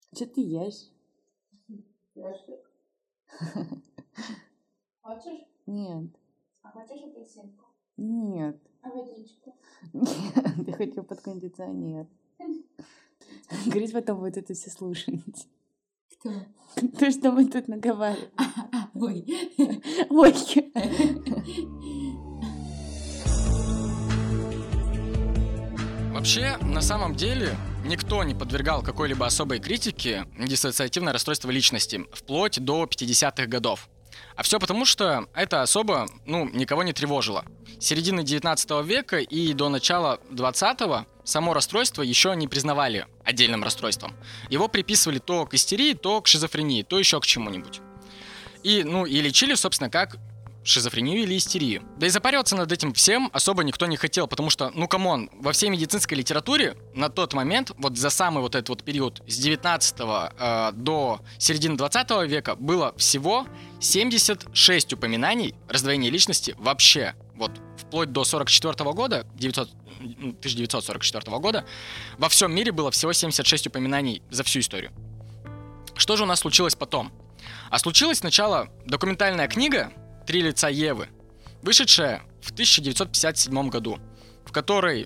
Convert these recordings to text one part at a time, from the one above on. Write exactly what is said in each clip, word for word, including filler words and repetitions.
Что ты ешь? Хочешь? Нет. А хочешь апельсинку? Нет. А водичку? Нет, я хочу под кондиционер. Крис потом будет это все слушать. Кто? То, что мы тут наговариваем. Ой. Ой. Вообще, на самом деле, никто не подвергал какой-либо особой критике диссоциативное расстройство личности вплоть до пятидесятых годов. А все потому, что это особо, ну, никого не тревожило. С середины девятнадцатого века и до начала двадцатого само расстройство еще не признавали отдельным расстройством. Его приписывали то к истерии, то к шизофрении, то еще к чему-нибудь. И, ну, и лечили, собственно, как шизофрению или истерию. Да и запариваться над этим всем особо никто не хотел, потому что, ну, камон, во всей медицинской литературе на тот момент, вот за самый вот этот вот период с девятнадцатого э, до середины двадцатого века было всего семьдесят шесть упоминаний раздвоения личности вообще. Вот вплоть до сорок четвёртого года, тысяча девятьсот сорок четвёртого года, во всем мире было всего семьдесят шесть упоминаний за всю историю. Что же у нас случилось потом? А случилась сначала документальная книга «Три лица Евы», вышедшая в тысяча девятьсот пятьдесят седьмом году, в которой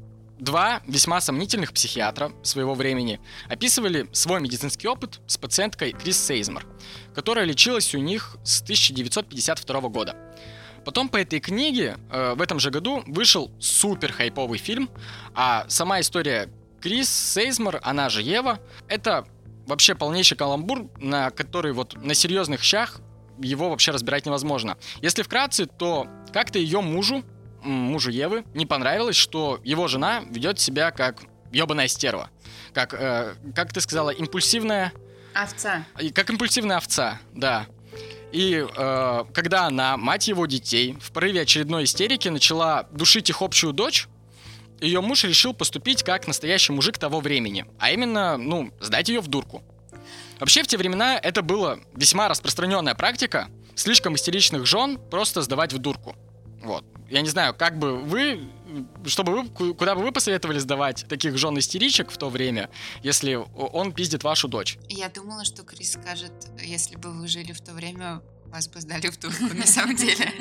два весьма сомнительных психиатра своего времени описывали свой медицинский опыт с пациенткой Крис Сейзмер, которая лечилась у них с тысяча девятьсот пятьдесят второго года. Потом по этой книге э, в этом же году вышел супер хайповый фильм, а сама история Крис Сейзмер, она же Ева, это вообще полнейший каламбур, на который вот на серьезных щах его вообще разбирать невозможно. Если вкратце, то как-то ее мужу, мужу Евы, не понравилось, что его жена ведет себя как ебаная стерва. Как, э, как ты сказала, импульсивная... Овца. Как импульсивная овца, да. И э, когда она, мать его детей, в порыве очередной истерики начала душить их общую дочь, ее муж решил поступить как настоящий мужик того времени, а именно, ну, сдать ее в дурку. Вообще, в те времена это была весьма распространенная практика слишком истеричных жен просто сдавать в дурку. Вот. Я не знаю, как бы вы, чтобы вы, куда бы вы посоветовали сдавать таких жен-истеричек в то время, если он пиздит вашу дочь? Я думала, что Крис скажет, если бы вы жили в то время, вас бы сдали в дурку, на самом деле.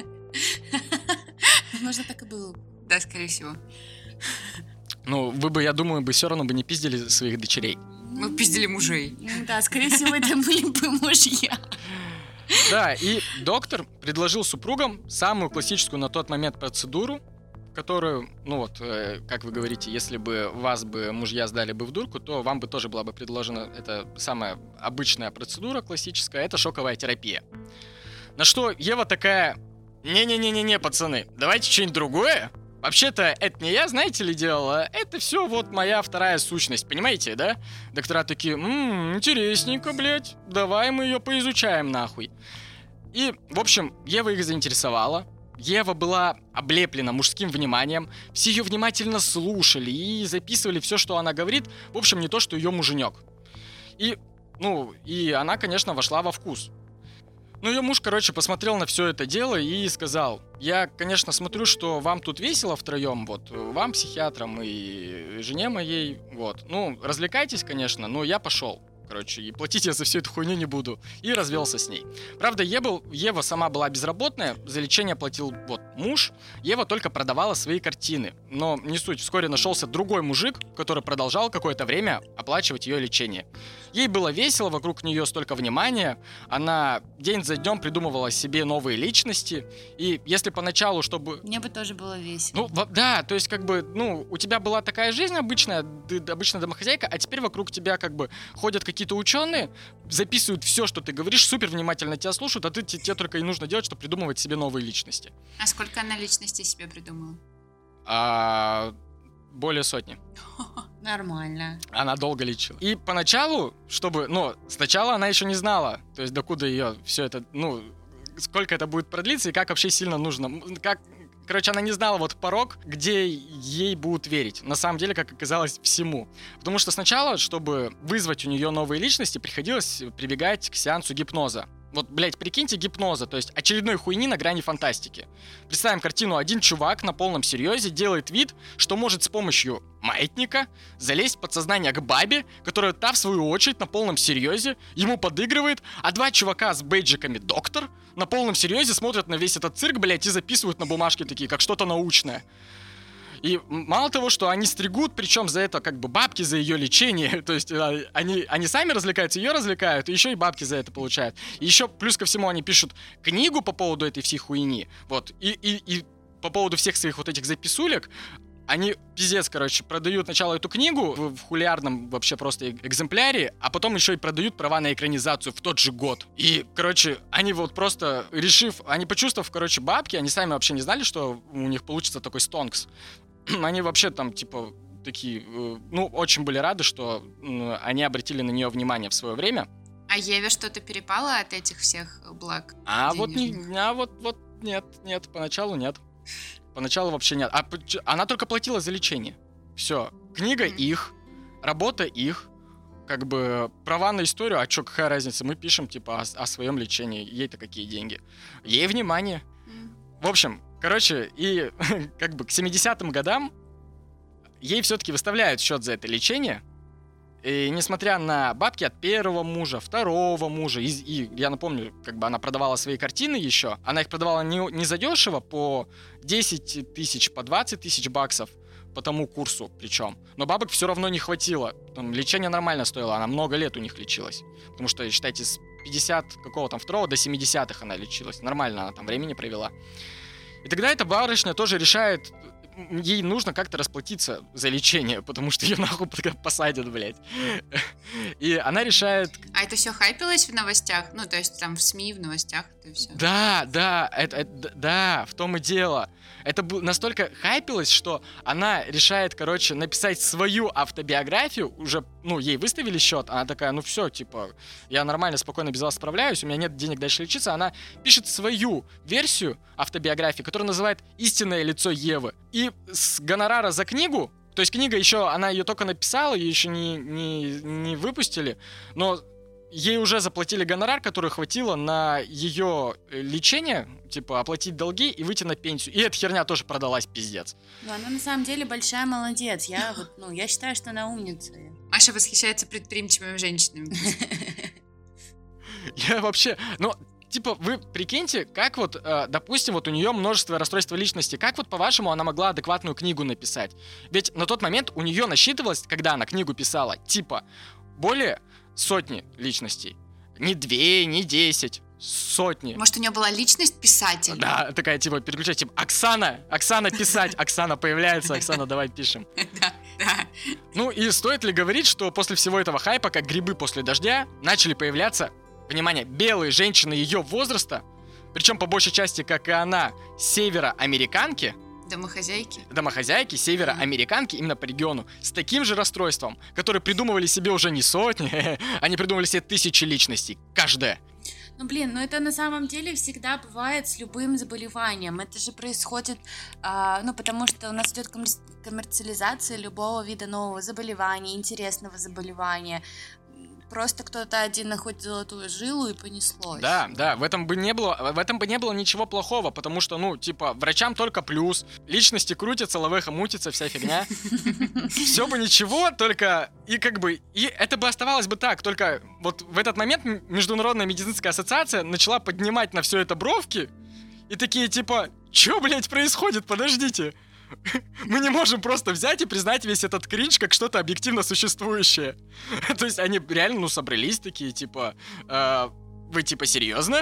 Возможно, так и было. Да, скорее всего. Ну, вы бы, я думаю, бы все равно бы не пиздили своих дочерей. Мы пиздили мужей. Да, скорее всего, это были бы мужья. Да, и доктор предложил супругам самую классическую на тот момент процедуру, которую, ну вот, э, как вы говорите, если бы вас бы мужья сдали бы в дурку, то вам бы тоже была бы предложена эта самая обычная процедура классическая, это шоковая терапия. На что Ева такая: не-не-не-не-не, пацаны, давайте что-нибудь другое. Вообще-то это не я, знаете ли, делала, это все вот моя вторая сущность, понимаете, да? Доктора такие: ммм, интересненько, блядь, давай мы ее поизучаем нахуй. И, в общем, Ева их заинтересовала. Ева была облеплена мужским вниманием, все ее внимательно слушали и записывали все, что она говорит, в общем, не то, что ее муженек. И, ну, и она, конечно, вошла во вкус. Ну, ее муж, короче, посмотрел на все это дело и сказал: я, конечно, смотрю, что вам тут весело втроем, вот, вам, психиатрам и жене моей, вот. Ну, развлекайтесь, конечно, но я пошел. Короче, и платить я за всю эту хуйню не буду. И развелся с ней. Правда, Ева, Ева сама была безработная, за лечение платил вот муж. Ева только продавала свои картины. Но не суть, вскоре нашелся другой мужик, который продолжал какое-то время оплачивать ее лечение. Ей было весело, вокруг нее столько внимания. Она день за днем придумывала себе новые личности. И если поначалу, чтобы... Мне бы тоже было весело. Ну, да, то есть как бы, ну, у тебя была такая жизнь обычная, ты обычная домохозяйка, а теперь вокруг тебя как бы ходят какие-то Какие-то ученые, записывают все, что ты говоришь, супер внимательно тебя слушают, а ты, тебе только и нужно делать, чтобы придумывать себе новые личности. А сколько она личностей себе придумала? А, более сотни. Нормально. Она долго лечила. И поначалу, чтобы, ну, сначала она еще не знала, то есть докуда ее все это, ну, сколько это будет продлиться и как вообще сильно нужно, как... Короче, она не знала вот порог, где ей будут верить. На самом деле, как оказалось, всему. Потому что сначала, чтобы вызвать у нее новые личности, приходилось прибегать к сеансу гипноза. Вот, блядь, прикиньте гипноза, то есть очередной хуйни на грани фантастики. Представим картину: один чувак на полном серьезе делает вид, что может с помощью маятника залезть в подсознание к бабе, которая та, в свою очередь, на полном серьезе ему подыгрывает, а два чувака с бейджиками «доктор» на полном серьезе смотрят на весь этот цирк, блядь, и записывают на бумажке такие, как что-то научное. И мало того, что они стригут, причем за это как бы бабки за ее лечение, то есть они, они сами развлекаются, ее развлекают, и еще и бабки за это получают. И еще плюс ко всему они пишут книгу по поводу этой всей хуйни, вот, и, и, и по поводу всех своих вот этих записулек. Они, пиздец, короче, продают сначала эту книгу в, в хулиарном вообще просто экземпляре, а потом еще и продают права на экранизацию в тот же год. И, короче, они вот просто решив, они почувствовав, короче, бабки, они сами вообще не знали, что у них получится такой стонкс. Они вообще там, типа, такие, ну, очень были рады, что они обратили на нее внимание в свое время. А Еве что-то перепало от этих всех благ? А вот, не, а вот, вот нет, нет, поначалу нет. Поначалу вообще нет. А, она только платила за лечение. Все. Книга mm. их, работа их, как бы права на историю, а чё, какая разница? Мы пишем, типа, о, о своем лечении. Ей-то какие деньги? Ей внимание. Mm. В общем, короче, и как бы к семидесятым годам ей все-таки выставляют счет за это лечение. И несмотря на бабки от первого мужа, второго мужа, и, и я напомню, как бы она продавала свои картины еще, она их продавала не, не задешево, по десять тысяч, по двадцать тысяч баксов, по тому курсу причем. Но бабок все равно не хватило. Там, лечение нормально стоило, она много лет у них лечилась. Потому что, считайте, с пятидесятого какого там второго до семидесятых она лечилась. Нормально она там времени провела. И тогда эта барышня тоже решает, ей нужно как-то расплатиться за лечение, потому что ее нахуй посадят, блядь. И она решает... А это все хайпилось в новостях? Ну, то есть там в СМИ, в новостях это все? Да, да, это, это, да, в том и дело. Это настолько хайпилось, что она решает, короче, написать свою автобиографию, уже, ну, ей выставили счет, она такая, ну все, типа, я нормально, спокойно без вас справляюсь, у меня нет денег дальше лечиться, она пишет свою версию автобиографии, которая называет «Истинное лицо Евы». И с гонорара за книгу, то есть книга еще, она ее только написала, ее еще не, не, не выпустили, но ей уже заплатили гонорар, который хватило на ее лечение, типа оплатить долги и выйти на пенсию. И эта херня тоже продалась, пиздец. Ну, она на самом деле большая молодец. Я вот, ну, я считаю, что она умница. Маша восхищается предприимчивыми женщинами. Я вообще, ну, типа, вы прикиньте, как вот, э, допустим, вот у нее множество расстройств личности, как вот, по-вашему, она могла адекватную книгу написать? Ведь на тот момент у нее насчитывалось, когда она книгу писала, типа, более сотни личностей. Не две, не десять, сотни. Может, у нее была личность писателя? Да, такая, типа, переключать, типа, Оксана, Оксана писать, Оксана появляется, Оксана, давай пишем. Да, да. Ну и стоит ли говорить, что после всего этого хайпа, как грибы после дождя, начали появляться, внимание, белые женщины ее возраста, причем по большей части, как и она, североамериканки, Домохозяйки. Домохозяйки, североамериканки, именно по региону, с таким же расстройством, которые придумывали себе уже не сотни, они придумывали себе тысячи личностей, каждая. Ну, блин, ну это на самом деле всегда бывает с любым заболеванием. Это же происходит, а, ну, потому что у нас идет коммерциализация любого вида нового заболевания, интересного заболевания. Просто кто-то один находит золотую жилу и понеслось. Да, да, в этом бы не было, в этом бы не было ничего плохого, потому что, ну, типа, врачам только плюс, личности крутятся, лавеха мутится, вся фигня. Все бы ничего, только и как бы, и это бы оставалось бы так, только вот в этот момент Международная медицинская ассоциация начала поднимать на все это бровки, и такие, типа, чё, блядь, происходит, подождите. Мы не можем просто взять и признать весь этот кринж как что-то объективно существующее. То есть они реально, ну, собрались такие, типа, э, вы, типа, серьезно?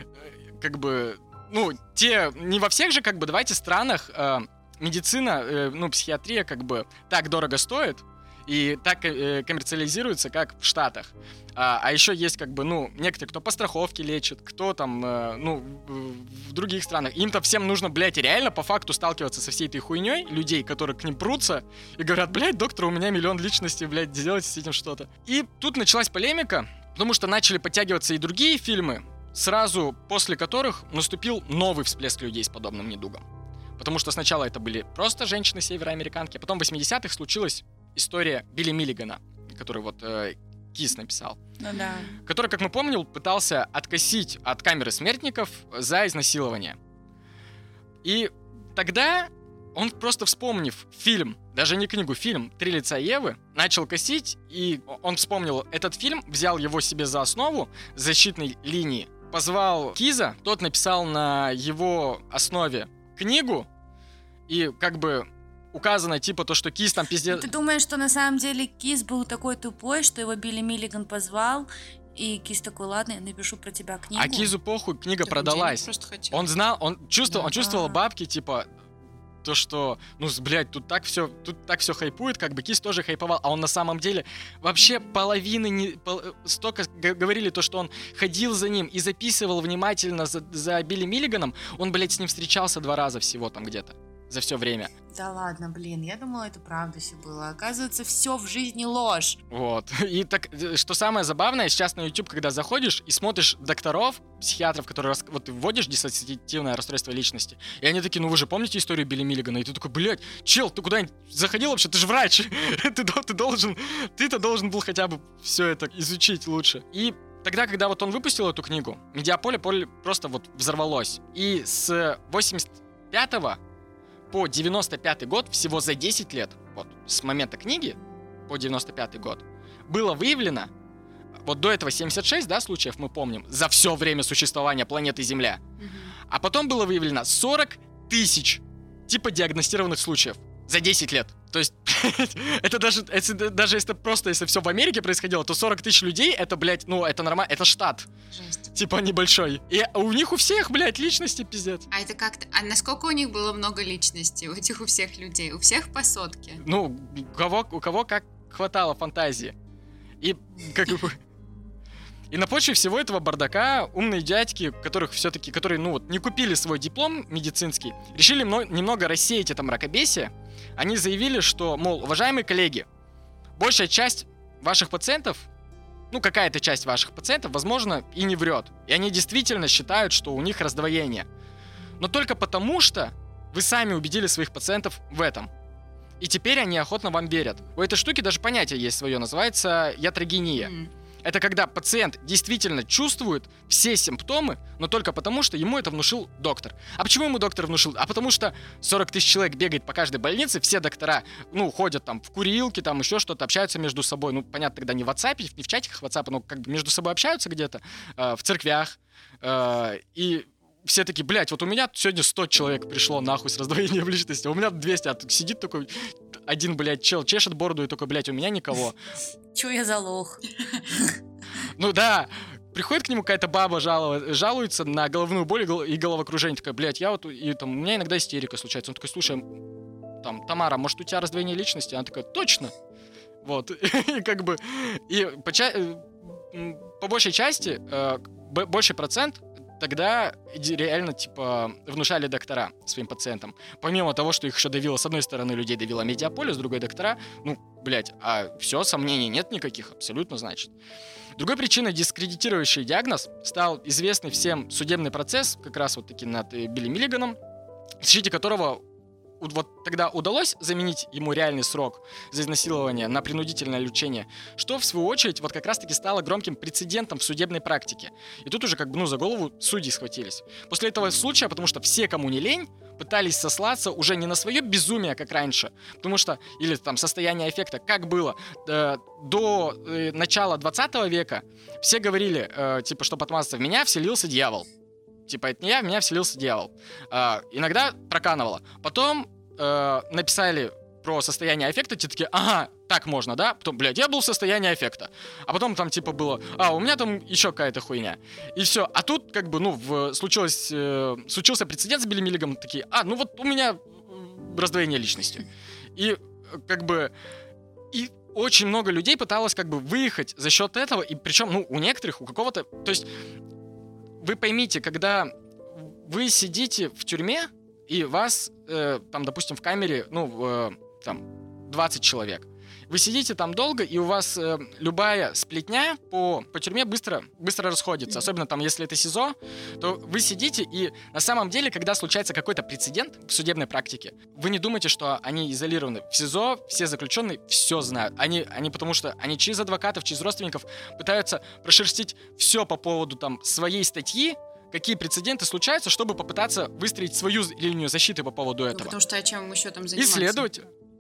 Как бы, ну, те, не во всех же, как бы, давайте, странах э, медицина, э, ну, психиатрия, как бы, так дорого стоит и так э, коммерциализируется, как в Штатах. А, а еще есть, как бы, ну, некоторые, кто по страховке лечит, кто там, э, ну, в, в других странах. Им-то всем нужно, блядь, реально по факту сталкиваться со всей этой хуйней людей, которые к ним прутся и говорят, блядь, доктор, у меня миллион личностей, блядь, сделайте с этим что-то. И тут началась полемика, потому что начали подтягиваться и другие фильмы, сразу после которых наступил новый всплеск людей с подобным недугом. Потому что сначала это были просто женщины-североамериканки, а потом в восьмидесятых случилась история Билли Миллигана, который вот... Э, Кис написал. Ну да. Который, как мы помним, пытался откосить от камеры смертников за изнасилование. И тогда он, просто вспомнив фильм, даже не книгу, фильм «Три лица Евы», начал косить, и он вспомнил этот фильм, взял его себе за основу защитной линии, позвал Киза, тот написал на его основе книгу, и как бы указано типа то, что Кис там пиздец... Ты думаешь, что на самом деле Кис был такой тупой, что его Билли Миллиган позвал, и Кис такой, ладно, я напишу про тебя книгу. А Кизу похуй, книга Так он продалась. денег просто хотел. Он знал, он чувствовал, Да. он чувствовал А. бабки, типа, то, что, ну, с- блядь, тут так все, тут так все хайпует, как бы Кис тоже хайповал, а он на самом деле вообще половины не, пол- э, столько г- говорили то, что он ходил за ним и записывал внимательно за, за Билли Миллиганом, он, блядь, с ним встречался два раза всего там где-то за все время. Да ладно, блин, я думала, это правда все было. Оказывается, все в жизни ложь. Вот. И так, э, что самое забавное, сейчас на YouTube, когда заходишь и смотришь докторов, психиатров, которые рас- вот ты вводишь диссоциативное расстройство личности, и они такие, ну вы же помните историю Билли Миллигана? И ты такой, блядь, чел, ты куда-нибудь заходил вообще? Ты же врач. ты, до- ты должен, ты-то должен был хотя бы все это изучить лучше. И тогда, когда вот он выпустил эту книгу, Медиаполе поле просто вот взорвалось. И с восемьдесят пятого по девяносто пятый год, всего за десять лет, вот, с момента книги по девяносто пятый год, было выявлено, вот до этого семьдесят шесть, да, случаев мы помним, за все время существования планеты Земля. А потом было выявлено сорок тысяч типа диагностированных случаев за десять лет. То есть, это даже, это даже если просто, если все в Америке происходило, то сорок тысяч людей, это, блядь, ну, это нормально, это штат, Жесть. типа небольшой. И у них у всех, блядь, личности пиздец. А это как-то... А насколько у них было много личностей, у этих у всех людей? У всех по сотке? Ну, у кого, у кого как хватало фантазии. И как бы... И на почве всего этого бардака умные дядьки, которых все-таки, которые, ну вот, не купили свой диплом медицинский, решили мно- немного рассеять это мракобесие. Они заявили, что, мол, уважаемые коллеги, большая часть ваших пациентов, ну, какая-то часть ваших пациентов, возможно, и не врет. И они действительно считают, что у них раздвоение. Но только потому, что вы сами убедили своих пациентов в этом. И теперь они охотно вам верят. У этой штуки даже понятие есть свое, называется ятрогения. М. Это когда пациент действительно чувствует все симптомы, но только потому, что ему это внушил доктор. А почему ему доктор внушил? А потому что сорок тысяч человек бегает по каждой больнице, все доктора, ну, ходят там в курилки, там еще что-то, общаются между собой. Ну, понятно, тогда не в WhatsApp, не в чатиках WhatsApp, но как бы между собой общаются где-то, э, в церквях. Э, и все такие, блядь, вот у меня сегодня сто человек пришло нахуй с раздвоением личности, а у меня двести, а тут сидит такой один, блядь, чел, чешет бороду и такой, блядь, у меня никого. Чё я за лох? Ну да, приходит к нему какая-то баба, жалова- жалуется на головную боль и гол- и головокружение. Такая, блядь, я вот, и там, у меня иногда истерика случается. Он такой, слушай, там, Тамара, может, у тебя раздвоение личности? Она такая, точно. Вот, и как бы, и по, ча- э, м, по большей части, э, б- больший процент тогда иде- реально, типа, внушали доктора своим пациентам. Помимо того, что их еще давило, с одной стороны, людей давило медиаполе, с другой доктора, ну, блядь, а все, сомнений нет никаких, абсолютно, значит. Другой причиной, дискредитирующей диагноз, стал известный всем судебный процесс, как раз вот таки над э, Билли Миллиганом, в защите которого у- вот тогда удалось заменить ему реальный срок за изнасилование на принудительное лечение, что в свою очередь вот как раз-таки стало громким прецедентом в судебной практике. И тут уже как бы, ну, за голову судьи схватились. После этого случая, потому что все, кому не лень, пытались сослаться уже не на свое безумие, как раньше, потому что, или там состояние аффекта, как было, э, до э, начала двадцатого века все говорили, э, типа, чтобы отмазаться, в меня вселился дьявол. Типа, это не я, в меня вселился дьявол. А, иногда проканывало. Потом э, написали про состояние аффекта, те такие, ага, так можно, да? Потом, блядь, я был в состоянии аффекта. А потом там типа было, а, у меня там еще какая-то хуйня. И все. А тут как бы, ну, в, случилось, э, случился прецедент с Билли Миллиганом, такие, а, ну вот у меня э, раздвоение личности. И э, как бы... И очень много людей пыталось как бы выехать за счет этого, и причем, ну, у некоторых, у какого-то... То есть вы поймите, когда вы сидите в тюрьме, и вас, э, там, допустим, в камере, ну, э, там, двадцать человек, вы сидите там долго, и у вас э, любая сплетня по, по тюрьме быстро, быстро расходится. Особенно там, если это СИЗО, то вы сидите, и на самом деле, когда случается какой-то прецедент в судебной практике, вы не думаете, что они изолированы. В СИЗО все заключенные все знают. Они, они потому что они через адвокатов, через родственников пытаются прошерстить все по поводу там своей статьи, какие прецеденты случаются, чтобы попытаться выстроить свою линию защиты по поводу Ну, этого. потому что о чем еще там заниматься? Исследовать.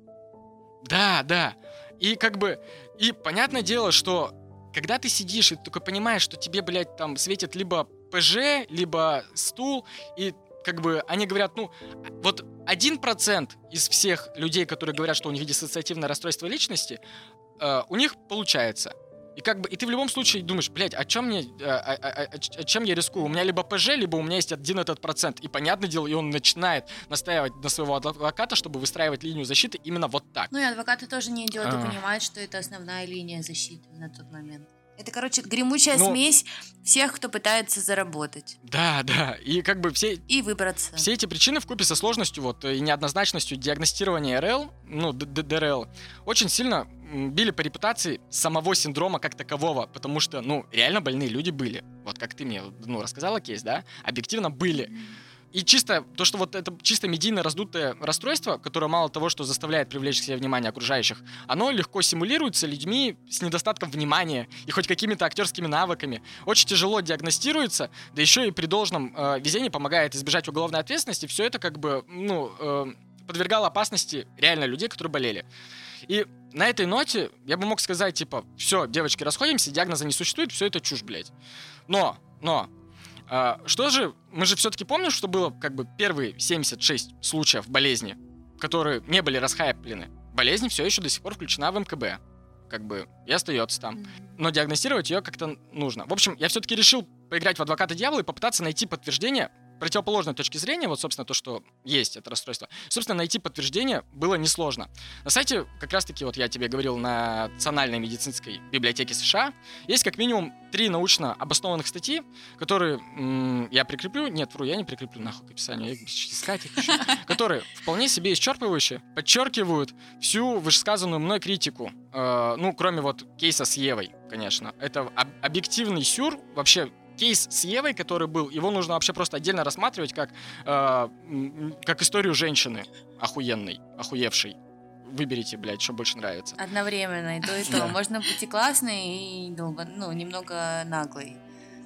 Да, да. И как бы, и понятное дело, что когда ты сидишь и только понимаешь, что тебе, блядь, там светит либо ПЖ, либо стул, и как бы они говорят, ну, вот один процент из всех людей, которые говорят, что у них диссоциативное расстройство личности, э, у них получается. И как бы, и ты в любом случае думаешь, блядь, о чем мне, о, о, о, о чем я рискую? У меня либо ПЖ, либо у меня есть один этот процент. И понятное дело, и он начинает настаивать на своего адвоката, чтобы выстраивать линию защиты именно вот так. Ну и адвокаты тоже не идет и А. понимает, что это основная линия защиты на тот момент. Это, короче, гремучая Ну- смесь всех, кто пытается заработать Да, да. И как бы все, и выбраться. все эти причины вкупе со сложностью вот, и неоднозначностью диагностирования РЛ, ну, д- д- ДРЛ, очень сильно м, били по репутации самого синдрома как такового, потому что, ну, реально больные люди были. Вот как ты мне, ну, рассказала кейс, да? Объективно были. И чисто то, что вот это чисто медийно раздутое расстройство, которое мало того, что заставляет привлечь к себе внимание окружающих, оно легко симулируется людьми с недостатком внимания и хоть какими-то актерскими навыками. Очень тяжело диагностируется, да еще и при должном э, везении помогает избежать уголовной ответственности. Все это как бы, ну, э, подвергало опасности реально людей, которые болели. И на этой ноте я бы мог сказать, типа, все, девочки, расходимся, диагноза не существует, все это чушь, блядь. Но, но, а, что же, мы же все-таки помним, что было как бы первые семьдесят шесть случаев болезни, которые не были расхайплены. Болезнь все еще до сих пор включена в МКБ, как бы, и остается там. Но диагностировать ее как-то нужно. В общем, я все-таки решил поиграть в адвоката дьявола и попытаться найти подтверждение противоположной точки зрения, вот, собственно, то, что есть это расстройство. Собственно, найти подтверждение было несложно. На сайте, как раз-таки, вот я тебе говорил, на Национальной медицинской библиотеке США есть как минимум три научно обоснованных статьи, которые м- я прикреплю, нет, вру, я не прикреплю нахуй к описанию, я их искать их еще, которые вполне себе исчерпывающе подчеркивают всю вышесказанную мной критику. Э, ну, кроме вот кейса с Евой, конечно. Это об- объективный сюр, вообще. Кейс с Евой, который был, его нужно вообще просто отдельно рассматривать как, э, м, как историю женщины охуенной, охуевшей. Выберите, блядь, что больше нравится. Одновременно и то, и то. Да. Можно быть и классной, и долго, ну, немного наглой.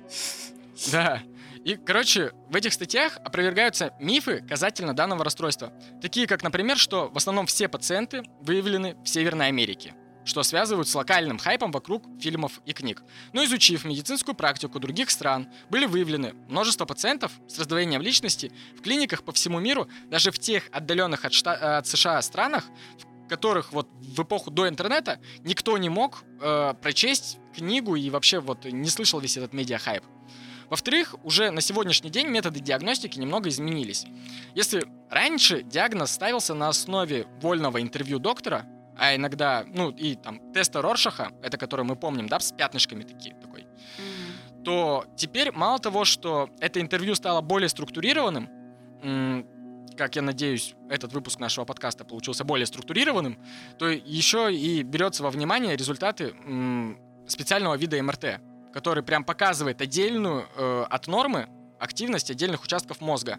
Да. И, короче, в этих статьях опровергаются мифы касательно данного расстройства. Такие как, например, что в основном все пациенты выявлены в Северной Америке, что связывают с локальным хайпом вокруг фильмов и книг. Но изучив медицинскую практику других стран, были выявлены множество пациентов с раздвоением личности в клиниках по всему миру, даже в тех отдаленных от, Шта- от США странах, в которых вот в эпоху до интернета никто не мог э, прочесть книгу и вообще вот не слышал весь этот медиа-хайп. Во-вторых, уже на сегодняшний день методы диагностики немного изменились. Если раньше диагноз ставился на основе вольного интервью доктора, а иногда, ну, и там теста Роршаха, это который мы помним, да, с пятнышками такие, такой, Мгм. то теперь мало того, что это интервью стало более структурированным, м, как я надеюсь, этот выпуск нашего подкаста получился более структурированным, то еще и берется во внимание результаты м, специального вида эм эр тэ, который прям показывает отдельную э, от нормы активность отдельных участков мозга.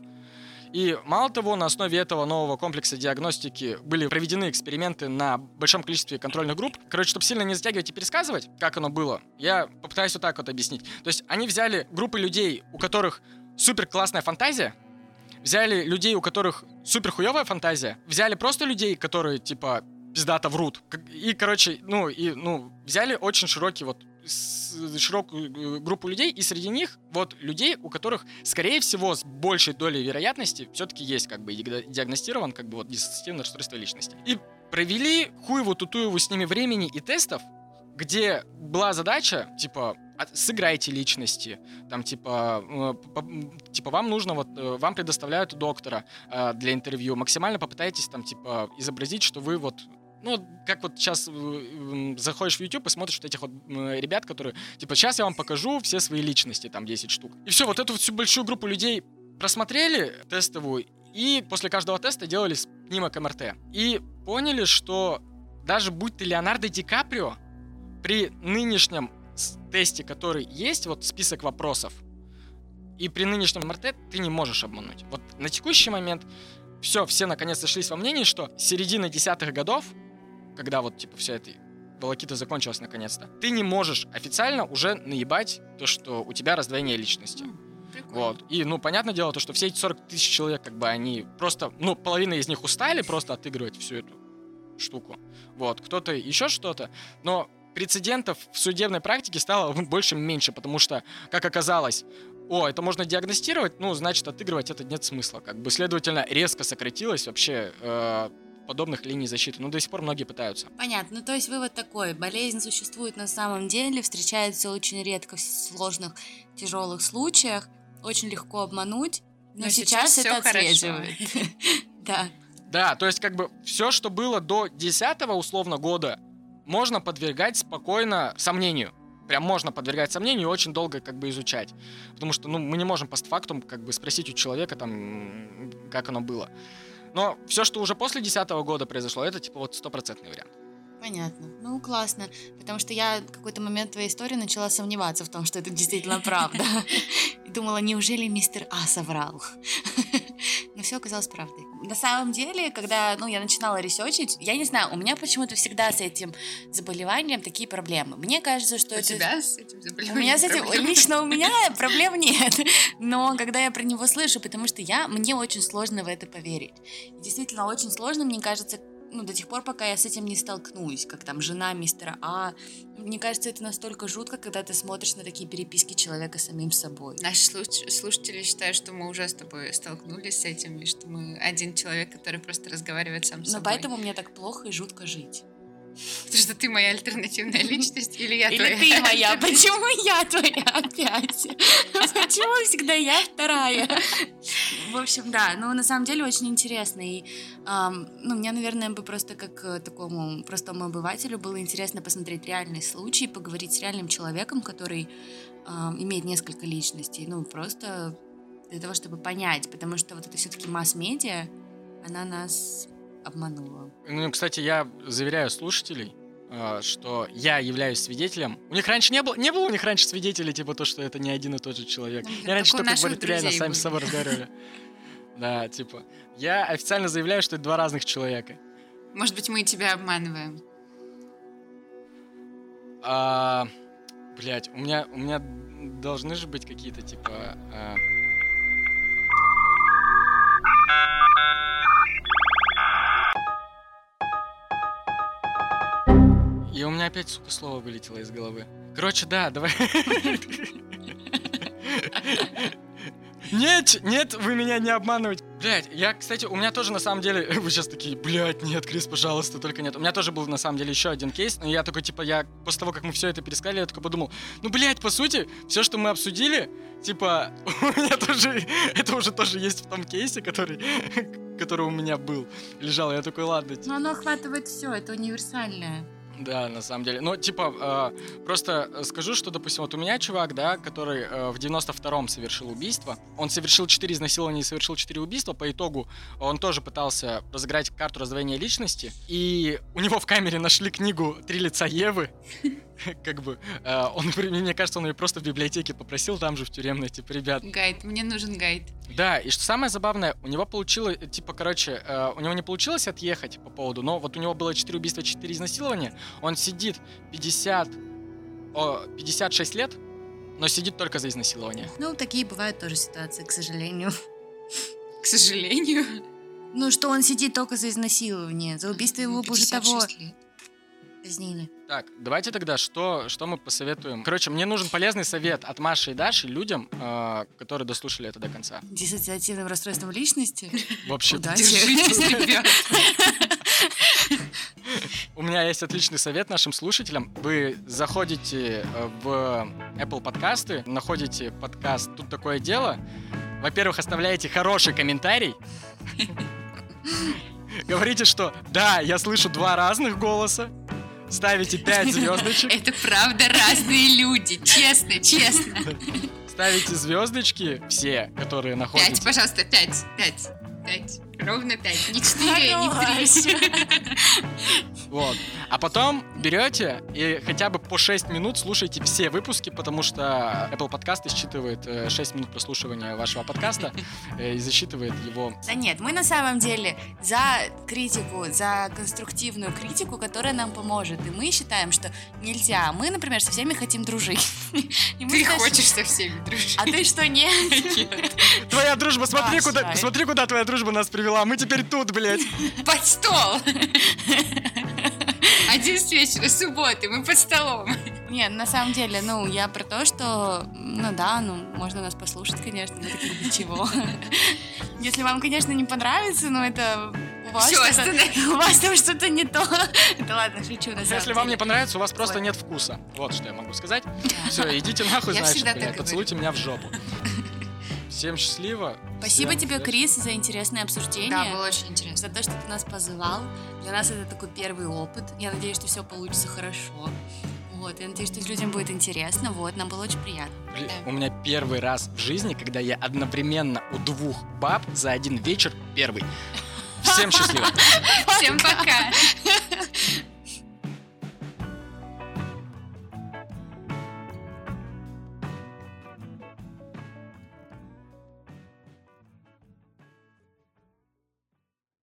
И мало того, на основе этого нового комплекса диагностики были проведены эксперименты на большом количестве контрольных групп. Короче, чтобы сильно не затягивать и пересказывать, как оно было, я попытаюсь вот так вот объяснить. То есть они взяли группы людей, у которых супер классная фантазия, взяли людей, у которых супер хуевая фантазия, взяли просто людей, которые типа пиздато врут. Как- И, короче, ну, и, ну, взяли очень широкий вот с- широкую э, группу людей, и среди них вот людей, у которых, скорее всего, с большей долей вероятности все-таки есть как бы диаг- диагностирован как бы вот диссоциативное расстройство личности. И провели хуеву тутуеву с ними времени и тестов, где была задача, типа, от- сыграйте личности, там, типа, э, по- м, типа, вам нужно, вот, э, вам предоставляют доктора э, для интервью, максимально попытайтесь, там, типа, изобразить, что вы вот, ну, как вот сейчас э, м, заходишь в YouTube и смотришь вот этих вот м, ребят, которые, типа, сейчас я вам покажу все свои личности, там, десять штук. И все, вот эту вот всю большую группу людей просмотрели тестовую, и после каждого теста делали снимок эм эр тэ. И поняли, что даже будь ты Леонардо Ди Каприо, при нынешнем с- тесте, который есть, вот список вопросов, и при нынешнем эм эр тэ ты не можешь обмануть. Вот на текущий момент все, все наконец сошлись во мнении, что с середины десятых годов, когда вот типа вся эта волокита закончилась наконец-то, ты не можешь официально уже наебать то, что у тебя раздвоение личности. Прикольно. Вот. И, ну, понятное дело, то, что все эти сорок тысяч человек, как бы, они просто, ну, половина из них устали просто отыгрывать всю эту штуку. Вот. Кто-то еще что-то. Но прецедентов в судебной практике стало больше меньше, потому что, как оказалось, о, это можно диагностировать, ну, значит, отыгрывать это нет смысла. Как бы, следовательно, резко сократилось вообще э, подобных линий защиты. Но до сих пор многие пытаются. Понятно. Ну, то есть вывод такой. Болезнь существует на самом деле, встречается очень редко в сложных, тяжелых случаях. Очень легко обмануть, но, Но сейчас, сейчас это всё хорошо. отслеживает. Да. Да, то есть, как бы, все, что было до десятого, условно, года, можно подвергать спокойно сомнению. Прям можно подвергать сомнению и очень долго, как бы, изучать. Потому что, ну, мы не можем постфактум, как бы, спросить у человека, там, м, как оно было. Но все, что уже после десятого года произошло, это, типа, вот стопроцентный вариант. Понятно. Ну, классно. Потому что я в какой-то момент твоей истории начала сомневаться в том, что это действительно правда. И думала, неужели мистер А соврал? Но все оказалось правдой. На самом деле, когда ну, я начинала ресерчить, я не знаю, у меня почему-то всегда с этим заболеванием такие проблемы. Мне кажется, что У это... тебя с этим У заболеванием меня с этим, проблемы? лично у меня проблем нет, но когда я про него слышу, потому что я, мне очень сложно в это поверить. И действительно, очень сложно, мне кажется, ну, до тех пор, пока я с этим не столкнусь, как там жена мистера А. Мне кажется, это настолько жутко, когда ты смотришь на такие переписки человека с самим собой. Наши слуш- слушатели считают, что мы уже с тобой столкнулись с этим, и что мы один человек, который просто разговаривает сам с Но собой. поэтому мне так плохо и жутко жить. Потому что ты моя альтернативная личность, или я Или твоя? ты моя, почему я твоя опять? Почему всегда я вторая? В общем, да, ну на самом деле очень интересно. И ам, ну, мне, наверное, бы просто как э, такому простому обывателю было интересно посмотреть реальный случай, поговорить с реальным человеком, который ам, имеет несколько личностей. Ну, просто для того, чтобы понять, потому что вот это все-таки масс-медиа, она нас обманула. Ну, кстати, я заверяю слушателей, э, что я являюсь свидетелем. У них раньше не было, не было у них раньше свидетелей, типа то, что это не один и тот же человек. Ну, Я раньше только у только наших говорит, реально друзей сами были. с собой разговаривали. Да, типа. Я официально заявляю, что это два разных человека. Может быть, мы тебя обманываем. А, блять, у меня, у меня должны же быть какие-то, типа... а, И у меня опять, сука, слово вылетело из головы. Короче, да, давай. Нет, нет, вы меня не обманываете. Блять, я, кстати, у меня тоже на самом деле, вы сейчас такие, блять, нет, Крис, пожалуйста, только нет. У меня тоже был на самом деле еще один кейс, но я такой, типа, я после того, как мы все это пересказали, я такой подумал, ну, блять, по сути, все, что мы обсудили, типа, у меня тоже, это уже тоже есть в том кейсе, который, который у меня был, лежал, я такой, ладно, типа. Но оно охватывает все, это универсальное. Да, на самом деле. Ну, типа, э, просто скажу, что, допустим, вот у меня чувак, да, который э, в девяносто втором совершил убийство. Он совершил четыре изнасилования и совершил четыре убийства. По итогу он тоже пытался разыграть карту раздвоения личности. И у него в камере нашли книгу «Три лица Евы». Как бы, э, он, мне кажется, он ее просто в библиотеке попросил, там же в тюремной, типа, ребят. Гайд, мне нужен гайд. Да, и что самое забавное, у него получилось, типа, короче, э, у него не получилось отъехать по поводу, но вот у него было четыре убийства, четыре изнасилования, он сидит пятьдесят, о, пятьдесят шесть лет, но сидит только за изнасилование. Ну, такие бывают тоже ситуации, к сожалению. К сожалению. Ну, что он сидит только за изнасилование, за убийство его бы уже пятьдесят того шесть лет. казнили. Так, давайте тогда, что, что мы посоветуем? Короче, мне нужен полезный совет от Маши и Даши людям, э, которые дослушали это до конца. Диссоциативным расстройством личности. Вообще, Удачи. Держитесь, ребят. у меня есть отличный совет нашим слушателям. Вы заходите э, в Apple подкасты, находите подкаст «Тут такое дело». Во-первых, оставляете хороший комментарий. Говорите, что да, я слышу два разных голоса. Ставите пять звездочек. Это правда разные люди, честно, честно. Ставите звездочки все, которые находите. Пять, пожалуйста, пять, пять, пять. Ровно пять, не четыре, не три. Вот. А потом берете и хотя бы по шесть минут слушайте все выпуски, потому что Apple Podcast считывает э, шесть минут прослушивания вашего подкаста э, и засчитывает его. Да нет, мы на самом деле за критику, за конструктивную критику, которая нам поможет. И мы считаем, что нельзя. Мы, например, со всеми хотим дружить. И мы Ты даже- хочешь со всеми дружить? А ты что, нет? Нет. Твоя дружба, смотри, Паша. куда, смотри, куда твоя дружба нас привела. Мы теперь тут, блядь. Под стол! Одиннадцать вечера, субботы, мы под столом. Нет, на самом деле, ну, я про то, что, ну да, ну, можно нас послушать, конечно, мы такие, ничего. Если вам, конечно, не понравится, но это у вас Всё, что-то- останови. у вас там что-то не то. Да ладно, шучу, на самом Если вам не деле. понравится, у вас просто Ой. нет вкуса. Вот что я могу сказать. Все, идите нахуй, Я значит, всегда блядь, так поцелуйте меня в жопу. Всем счастливо. Спасибо Всем тебе, удачи. Крис, за интересное обсуждение. Да, было очень интересно. За то, что ты нас позвал. Для нас это такой первый опыт. Я надеюсь, что все получится хорошо. Вот, я надеюсь, что людям будет интересно. Вот, нам было очень приятно. Блин, Да. у меня первый раз в жизни, когда я одновременно у двух баб за один вечер первый. Всем счастливо. Всем пока!